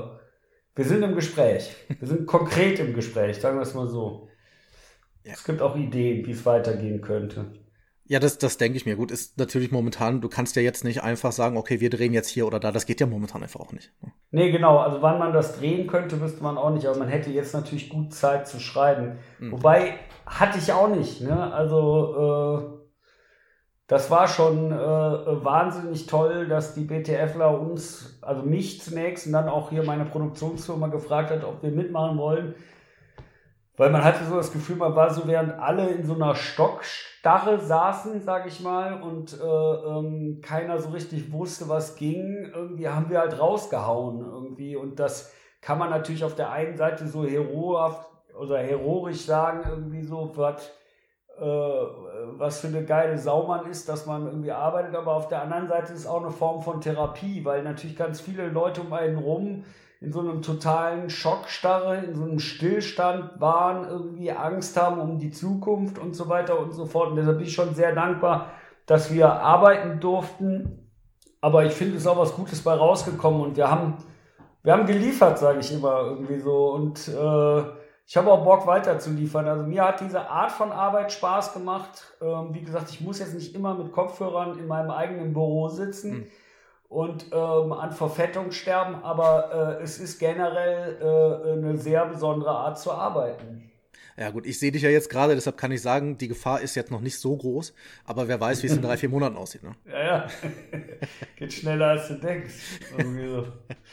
wir sind im Gespräch. Wir sind konkret im Gespräch, sagen wir es mal so. Ja. Es gibt auch Ideen, wie es weitergehen könnte. Ja, das, das denke ich mir. Gut, ist natürlich momentan, du kannst ja jetzt nicht einfach sagen, okay, wir drehen jetzt hier oder da. Das geht ja momentan einfach auch nicht. Nee, genau. Also wann man das drehen könnte, wüsste man auch nicht. Aber man hätte jetzt natürlich gut Zeit zu schreiben. Mhm. Wobei, hatte ich auch nicht. Ne? Also äh, das war schon äh, wahnsinnig toll, dass die BTFler uns, also mich zunächst und dann auch hier meine Produktionsfirma gefragt hat, ob wir mitmachen wollen. Weil man hatte so das Gefühl, man war so, während alle in so einer Stockstarre saßen, sag ich mal, und äh, ähm, keiner so richtig wusste, was ging. Irgendwie haben wir halt rausgehauen irgendwie. Und das kann man natürlich auf der einen Seite so herohaft oder heroisch sagen, irgendwie so, was, äh, was für eine geile Sau man ist, dass man irgendwie arbeitet. Aber auf der anderen Seite ist es auch eine Form von Therapie, weil natürlich ganz viele Leute um einen rum in so einem totalen Schockstarre, in so einem Stillstand waren, irgendwie Angst haben um die Zukunft und so weiter und so fort. Und deshalb bin ich schon sehr dankbar, dass wir arbeiten durften. Aber ich finde, es ist auch was Gutes bei rausgekommen und wir haben, wir haben geliefert, sage ich immer irgendwie so. Und äh, ich habe auch Bock weiter zu liefern. Also mir hat diese Art von Arbeit Spaß gemacht. Ähm, wie gesagt, ich muss jetzt nicht immer mit Kopfhörern in meinem eigenen Büro sitzen. Mhm. und ähm, an Verfettung sterben, aber äh, es ist generell äh, eine sehr besondere Art zu arbeiten. Ja gut, ich sehe dich ja jetzt gerade, deshalb kann ich sagen, die Gefahr ist jetzt noch nicht so groß, aber wer weiß, wie es in drei, vier Monaten aussieht. Ne? Ja, ja, geht schneller als du denkst. Irgendwie so.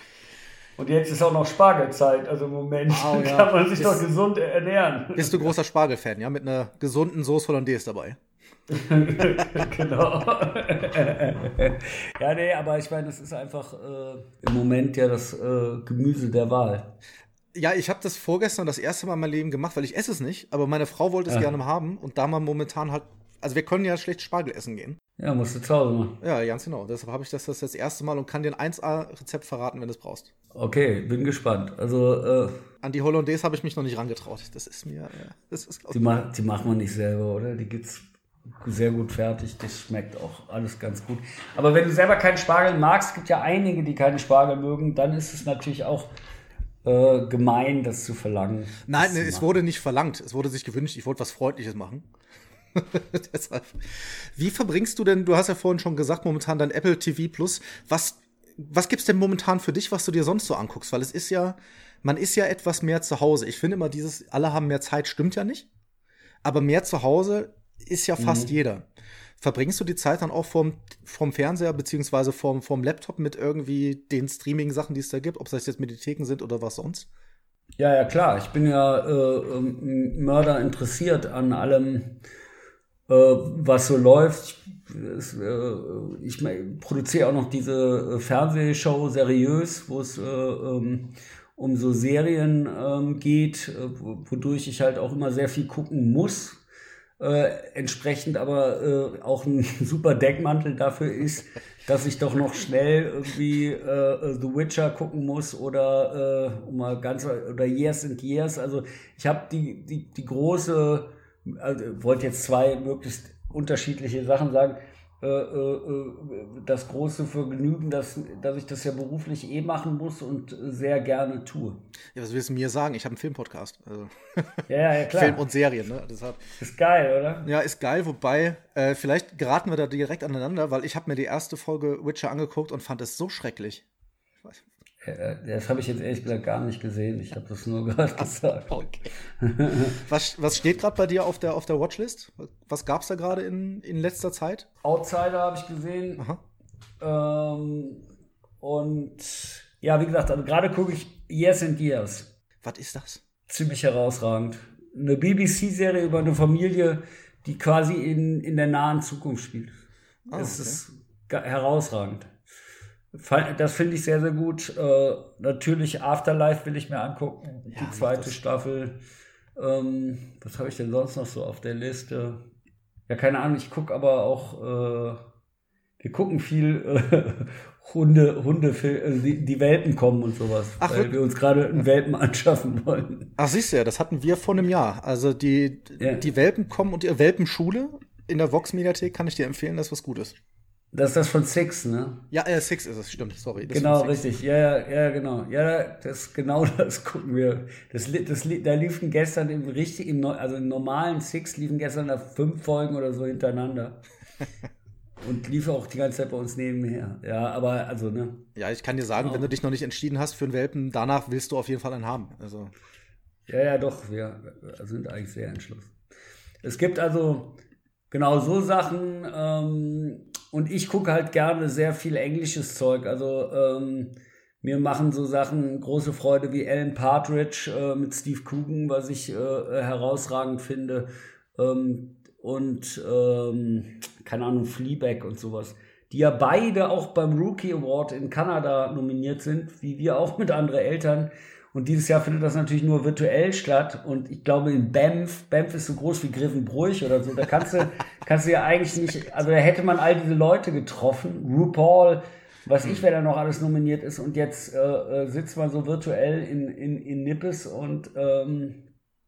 Und jetzt ist auch noch Spargelzeit, also im Moment oh, ja. kann man sich bist, doch gesund ernähren. Bist du großer Spargelfan, ja, mit einer gesunden Sauce Hollandaise dabei? Genau. Ja, nee, aber ich meine, das ist einfach äh, im Moment ja das äh, Gemüse der Wahl. Ja, ich habe das vorgestern das erste Mal in meinem Leben gemacht, weil ich esse es nicht, aber meine Frau wollte es ja. gerne haben und da man momentan halt, also wir können ja schlecht Spargel essen gehen. Ja, musst du zu Hause machen. Ja, ganz genau. Deshalb habe ich das, das das erste Mal und kann dir ein eins A Rezept verraten, wenn du es brauchst. Okay, bin gespannt. Also äh, an die Hollandaise habe ich mich noch nicht rangetraut. Das ist mir, ja, das ist die, ma- die macht man nicht selber, oder? Die gibt's sehr gut fertig, das schmeckt auch alles ganz gut. Aber wenn du selber keinen Spargel magst, es gibt ja einige, die keinen Spargel mögen, dann ist es natürlich auch äh, gemein, das zu verlangen. Nein, ne, es wurde nicht verlangt, es wurde sich gewünscht, ich wollte was Freundliches machen. Deshalb. Wie verbringst du denn, du hast ja vorhin schon gesagt, momentan dein Apple T V Plus, was, was gibt's denn momentan für dich, was du dir sonst so anguckst? Weil es ist ja, man ist ja etwas mehr zu Hause. Ich finde immer dieses, alle haben mehr Zeit, stimmt ja nicht. Aber mehr zu Hause ist ja fast mhm. jeder. Verbringst du die Zeit dann auch vom, vom Fernseher beziehungsweise vom, vom Laptop mit irgendwie den Streaming-Sachen, die es da gibt, ob das jetzt Mediatheken sind oder was sonst? Ja, ja, klar. Ich bin ja äh, Mörder interessiert an allem, äh, was so läuft. Ich, äh, ich produziere auch noch diese Fernsehshow Seriös, wo es äh, ähm, um so Serien äh, geht, äh, wodurch ich halt auch immer sehr viel gucken muss. Äh, entsprechend aber äh, auch ein super Deckmantel dafür ist, dass ich doch noch schnell irgendwie äh, The Witcher gucken muss oder äh, um mal ganz oder Years and Years. Also ich habe die die die große, also wollte jetzt zwei möglichst unterschiedliche Sachen sagen. Äh, äh, das große Vergnügen, dass, dass ich das ja beruflich eh machen muss und sehr gerne tue. Ja, was willst du mir sagen? Ich habe einen Filmpodcast. Also ja, ja, klar. Film und Serien, ne? Deshalb. Ist geil, oder? Ja, ist geil, wobei, äh, vielleicht geraten wir da direkt aneinander, weil ich habe mir die erste Folge Witcher angeguckt und fand es so schrecklich. Ich weiß. Das habe ich jetzt ehrlich gesagt gar nicht gesehen. Ich habe das nur gerade gesagt. Okay. was, was steht gerade bei dir auf der, auf der Watchlist? Was gab es da gerade in, in letzter Zeit? Outsider habe ich gesehen. Ähm, und ja, wie gesagt, also gerade gucke ich Years and Years. Was ist das? Ziemlich herausragend. Eine B B C-Serie über eine Familie, die quasi in, in der nahen Zukunft spielt. Oh, das okay. ist herausragend. Das finde ich sehr, sehr gut. Äh, natürlich Afterlife will ich mir angucken. Ja, die zweite Staffel. Ähm, was habe ich denn sonst noch so auf der Liste? ja, keine Ahnung, ich gucke aber auch, äh, wir gucken viel äh, Hunde, Hunde, also die, die Welpen kommen und sowas, Ach, weil wirklich? wir uns gerade einen Welpen anschaffen wollen. Ach, siehst du ja, das hatten wir vor einem Jahr. Also die, Ja. die Welpen kommen und die Welpenschule in der Vox-Mediathek kann ich dir empfehlen, das ist was Gutes. Das ist das von Six, ne? Ja, äh, Six ist es, stimmt, sorry. das Genau, von Six. richtig. Ja, ja, ja, genau. Ja, das genau das gucken wir. Das, li- das, li- da liefen gestern im richtig, im, neu- also im normalen Six liefen gestern da fünf Folgen oder so hintereinander. Und lief auch die ganze Zeit bei uns nebenher. Ja, aber also, ne? Ja, ich kann dir sagen, Genau. wenn du dich noch nicht entschieden hast für einen Welpen, danach willst du auf jeden Fall einen haben. Also, Ja, ja, doch, wir sind eigentlich sehr entschlossen. Es gibt also genau so Sachen, ähm, und ich gucke halt gerne sehr viel englisches Zeug. Also ähm, mir machen so Sachen große Freude wie Alan Partridge äh, mit Steve Coogan, was ich äh, herausragend finde. Ähm, und ähm, keine Ahnung, Fleabag und sowas. Die ja beide auch beim Rookie Award in Kanada nominiert sind, wie wir auch mit anderen Eltern. Und dieses Jahr findet das natürlich nur virtuell statt. Und ich glaube in Banff, Banff ist so groß wie Grevenbroich oder so, da kannst du, kannst du ja eigentlich nicht, also da hätte man all diese Leute getroffen. RuPaul, was ich, wer da noch alles nominiert ist. Und jetzt äh, sitzt man so virtuell in, in, in Nippes und ähm,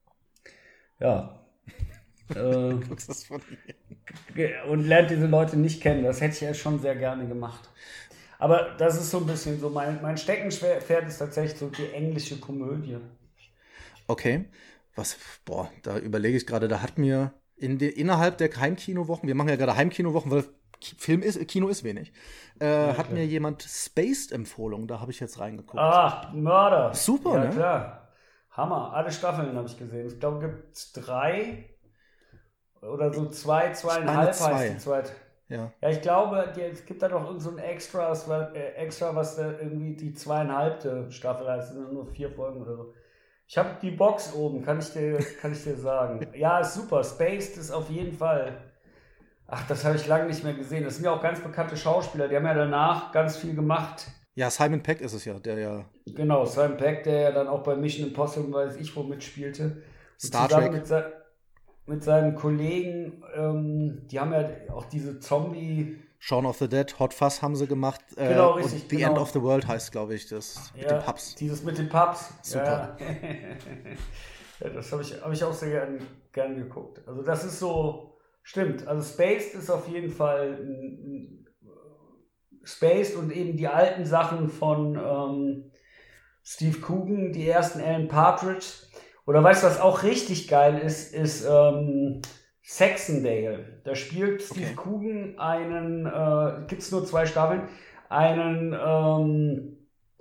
ja. äh, das von mir. und lernt diese Leute nicht kennen. Das hätte ich ja schon sehr gerne gemacht. Aber das ist so ein bisschen so, mein, mein Steckenpferd ist tatsächlich so die englische Komödie. Okay, was, boah, da überlege ich gerade, da hat mir in de, innerhalb der Heimkinowochen, wir machen ja gerade Heimkinowochen, weil Ki- Film ist, Kino ist wenig, äh, hat klar. mir jemand Spaced empfohlen, da habe ich jetzt reingeguckt. Ah, Mörder. Super, ja, ne? Klar. Hammer. Alle Staffeln habe ich gesehen. Ich glaube, gibt es drei oder so zwei, zweieinhalb zwei. heißt die zweite. Ja. Ja, ich glaube, die, es gibt da noch irgend so ein Extras, weil, äh, Extra, was da irgendwie die zweieinhalbte Staffel heißt. Das sind nur vier Folgen oder so. Ich habe die Box oben, kann ich dir, kann ich dir sagen. Ja, ist super. Spaced ist auf jeden Fall. Ach, das habe ich lange nicht mehr gesehen. Das sind ja auch ganz bekannte Schauspieler. Die haben ja danach ganz viel gemacht. Ja, Simon Pegg ist es ja, der ja Genau, Simon Pegg, der ja dann auch bei Mission Impossible, weiß ich wo, mitspielte. Und Star zusammen Trek. Mit, se mit seinen Kollegen, ähm, die haben ja auch diese Zombie... Shaun of the Dead, Hot Fuzz haben sie gemacht. Äh, Genau, richtig, Und The genau. End of the World heißt, glaube ich, das mit Ja, den Pubs. Dieses mit den Pubs. Super. Ja, ja das habe ich, hab ich auch sehr gern, gern geguckt. Also das ist so, stimmt. Also Spaced ist auf jeden Fall ein, ein, Spaced und eben die alten Sachen von ähm, Steve Coogan, die ersten Alan Partridge. Oder weißt du, was auch richtig geil ist, ist ähm, Saxondale. Da spielt Steve Okay. Coogan einen, äh, gibt es nur zwei Staffeln, einen ähm,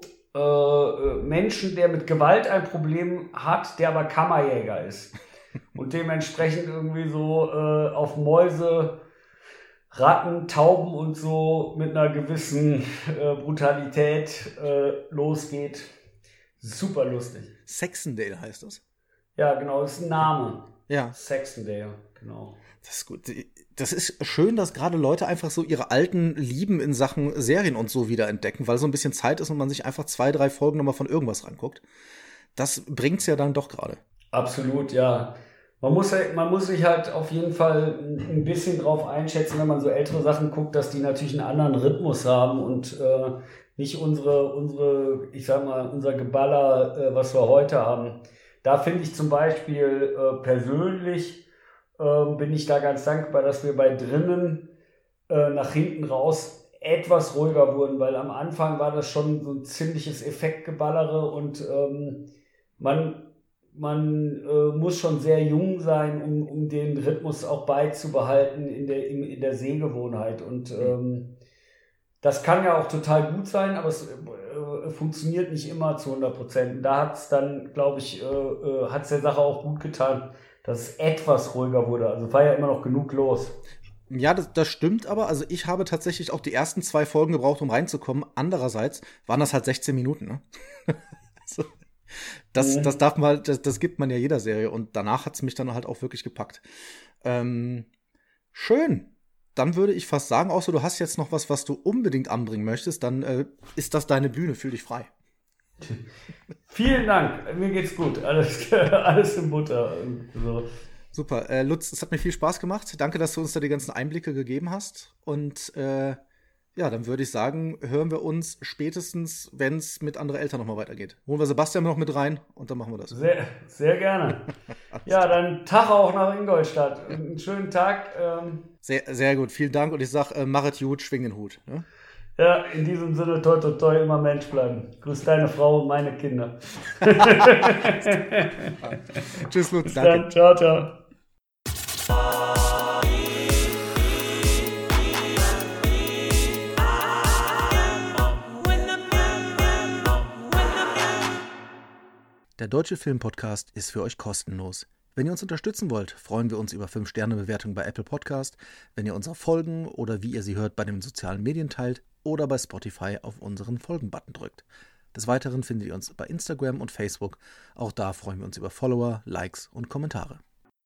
äh, Menschen, der mit Gewalt ein Problem hat, der aber Kammerjäger ist. Und dementsprechend irgendwie so äh, auf Mäuse, Ratten, Tauben und so mit einer gewissen äh, Brutalität äh, losgeht. Super lustig. Saxondale heißt das. Ja, genau, das ist ein Name. Ja, Saxondale, genau. das ist gut. Das ist schön, dass gerade Leute einfach so ihre alten Lieben in Sachen Serien und so wieder entdecken, weil so ein bisschen Zeit ist und man sich einfach zwei, drei Folgen nochmal von irgendwas ranguckt. Das bringt's ja dann doch gerade. Absolut, ja. Man muss, halt- man muss sich halt auf jeden Fall ein bisschen drauf einschätzen, wenn man so ältere Sachen guckt, dass die natürlich einen anderen Rhythmus haben und äh, nicht unsere, unsere, ich sag mal, unser Geballer, äh, was wir heute haben. Da finde ich zum Beispiel äh, persönlich, äh, bin ich da ganz dankbar, dass wir bei drinnen äh, nach hinten raus etwas ruhiger wurden, weil am Anfang war das schon so ein ziemliches Effektgeballere und ähm, man Man äh, muss schon sehr jung sein, um, um den Rhythmus auch beizubehalten in der, in, in der Sehgewohnheit. Und ähm, das kann ja auch total gut sein, aber es äh, funktioniert nicht immer zu hundert Prozent. Da hat es dann, glaube ich, äh, äh, hat es der Sache auch gut getan, dass es etwas ruhiger wurde. Also war ja immer noch genug los. Ja, das, das stimmt aber. Also ich habe tatsächlich auch die ersten zwei Folgen gebraucht, um reinzukommen. Andererseits waren das halt sechzehn Minuten, ne? Also, das, Mhm. das darf man, das, das gibt man ja jeder Serie. Und danach hat es mich dann halt auch wirklich gepackt. Ähm, schön. Dann würde ich fast sagen, außer du hast jetzt noch was, was du unbedingt anbringen möchtest, dann äh, ist das deine Bühne. Fühl dich frei. Vielen Dank. Mir geht's gut. Alles, alles in Butter. Und so. Super. Äh, Lutz, es hat mir viel Spaß gemacht. Danke, dass du uns da die ganzen Einblicke gegeben hast. Und äh, ja, dann würde ich sagen, hören wir uns spätestens, wenn es mit anderen Eltern nochmal weitergeht. Holen wir Sebastian noch mit rein und dann machen wir das. Sehr, sehr gerne. Ja, dann Tag auch nach Ingolstadt. Einen schönen Tag. Ähm sehr, sehr gut. Vielen Dank. Und ich sage, äh, machet gut, schwing den Hut. Ne? Ja, in diesem Sinne, toi, toi, toi, immer Mensch bleiben. Grüß deine Frau und meine Kinder. Tschüss, Lutz. Bis Danke. dann. Ciao, ciao. Der Deutsche Filmpodcast ist für euch kostenlos. Wenn ihr uns unterstützen wollt, freuen wir uns über fünf Sterne Bewertung bei Apple Podcast, wenn ihr unsere Folgen oder wie ihr sie hört bei den sozialen Medien teilt oder bei Spotify auf unseren Folgen-Button drückt. Des Weiteren findet ihr uns bei Instagram und Facebook. Auch da freuen wir uns über Follower, Likes und Kommentare.